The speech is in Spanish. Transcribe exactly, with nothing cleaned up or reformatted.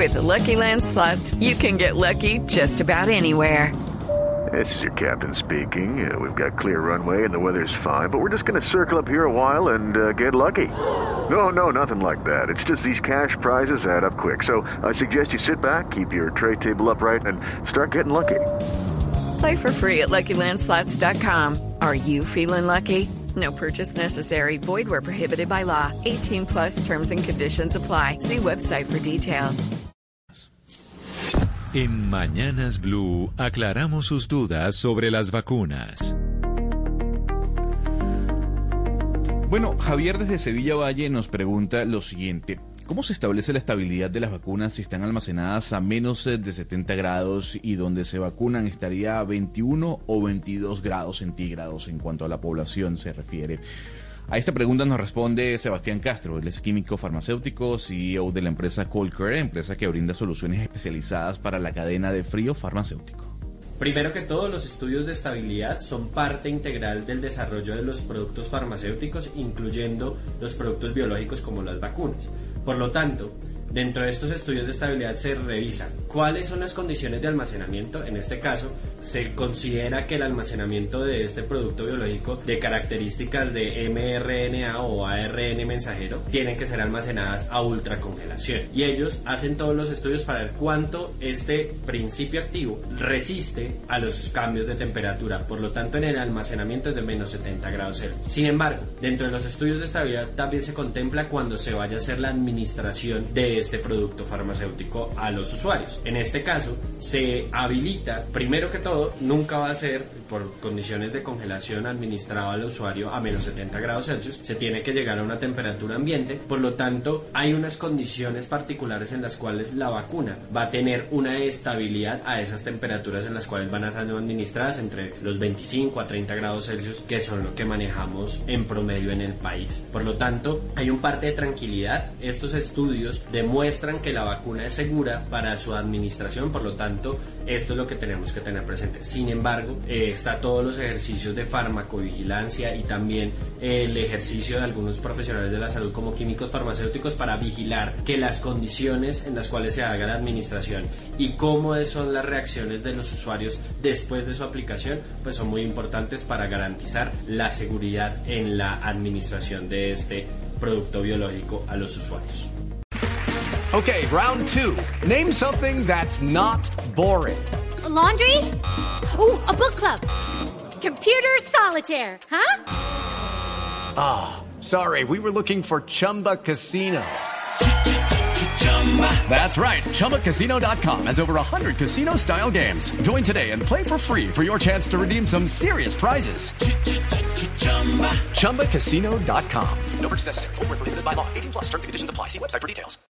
With the Lucky Land Slots, you can get lucky just about anywhere. This is your captain speaking. Uh, we've got clear runway and the weather's fine, but we're just going to circle up here a while and uh, get lucky. No, no, nothing like that. It's just these cash prizes add up quick. So I suggest you sit back, keep your tray table upright, and start getting lucky. Play for free at Lucky Land Slots dot com. Are you feeling lucky? No purchase necessary. Void where prohibited by law. eighteen plus terms and conditions apply. See website for details. En Mañanas Blue aclaramos sus dudas sobre las vacunas. Bueno, Javier desde Sevilla Valle nos pregunta lo siguiente. ¿Cómo se establece la estabilidad de las vacunas si están almacenadas a menos de setenta grados y donde se vacunan estaría a veintiuno o veintidós grados centígrados en cuanto a la población se refiere? A esta pregunta nos responde Sebastián Castro. Él es químico farmacéutico, C E O de la empresa Colcare, empresa que brinda soluciones especializadas para la cadena de frío farmacéutico. Primero que todo, los estudios de estabilidad son parte integral del desarrollo de los productos farmacéuticos, incluyendo los productos biológicos como las vacunas. Por lo tanto, dentro de estos estudios de estabilidad se revisa cuáles son las condiciones de almacenamiento. En este caso, se considera que el almacenamiento de este producto biológico de características de eme erre ene a o a erre ene mensajero tienen que ser almacenadas a ultracongelación. Y ellos hacen todos los estudios para ver cuánto este principio activo resiste a los cambios de temperatura. Por lo tanto, en el almacenamiento es de menos setenta grados Celsius. Sin embargo, dentro de los estudios de estabilidad también se contempla cuando se vaya a hacer la administración de este producto farmacéutico a los usuarios. En este caso, se habilita, primero que todo, nunca va a ser por condiciones de congelación administrado al usuario a menos setenta grados Celsius, se tiene que llegar a una temperatura ambiente. Por lo tanto, hay unas condiciones particulares en las cuales la vacuna va a tener una estabilidad a esas temperaturas en las cuales van a ser administradas entre los veinticinco a treinta grados Celsius, que son lo que manejamos en promedio en el país. Por lo tanto, hay un parte de tranquilidad. Estos estudios demuestran que la vacuna es segura para su administración, por lo tanto, esto es lo que tenemos que tener presente. Sin embargo, eh, está todos los ejercicios de farmacovigilancia y también eh, el ejercicio de algunos profesionales de la salud como químicos farmacéuticos para vigilar que las condiciones en las cuales se haga la administración y cómo son las reacciones de los usuarios después de su aplicación, pues son muy importantes para garantizar la seguridad en la administración de este producto biológico a los usuarios. Okay, round two. Name something that's not boring. A laundry? Ooh, a book club. Computer solitaire, huh? Ah, oh, sorry, we were looking for Chumba Casino. That's right, Chumba Casino dot com has over one hundred casino-style games. Join today and play for free for your chance to redeem some serious prizes. Chumba Casino dot com. No purchase necessary. Void where prohibited by law. eighteen plus terms and conditions apply. See website for details.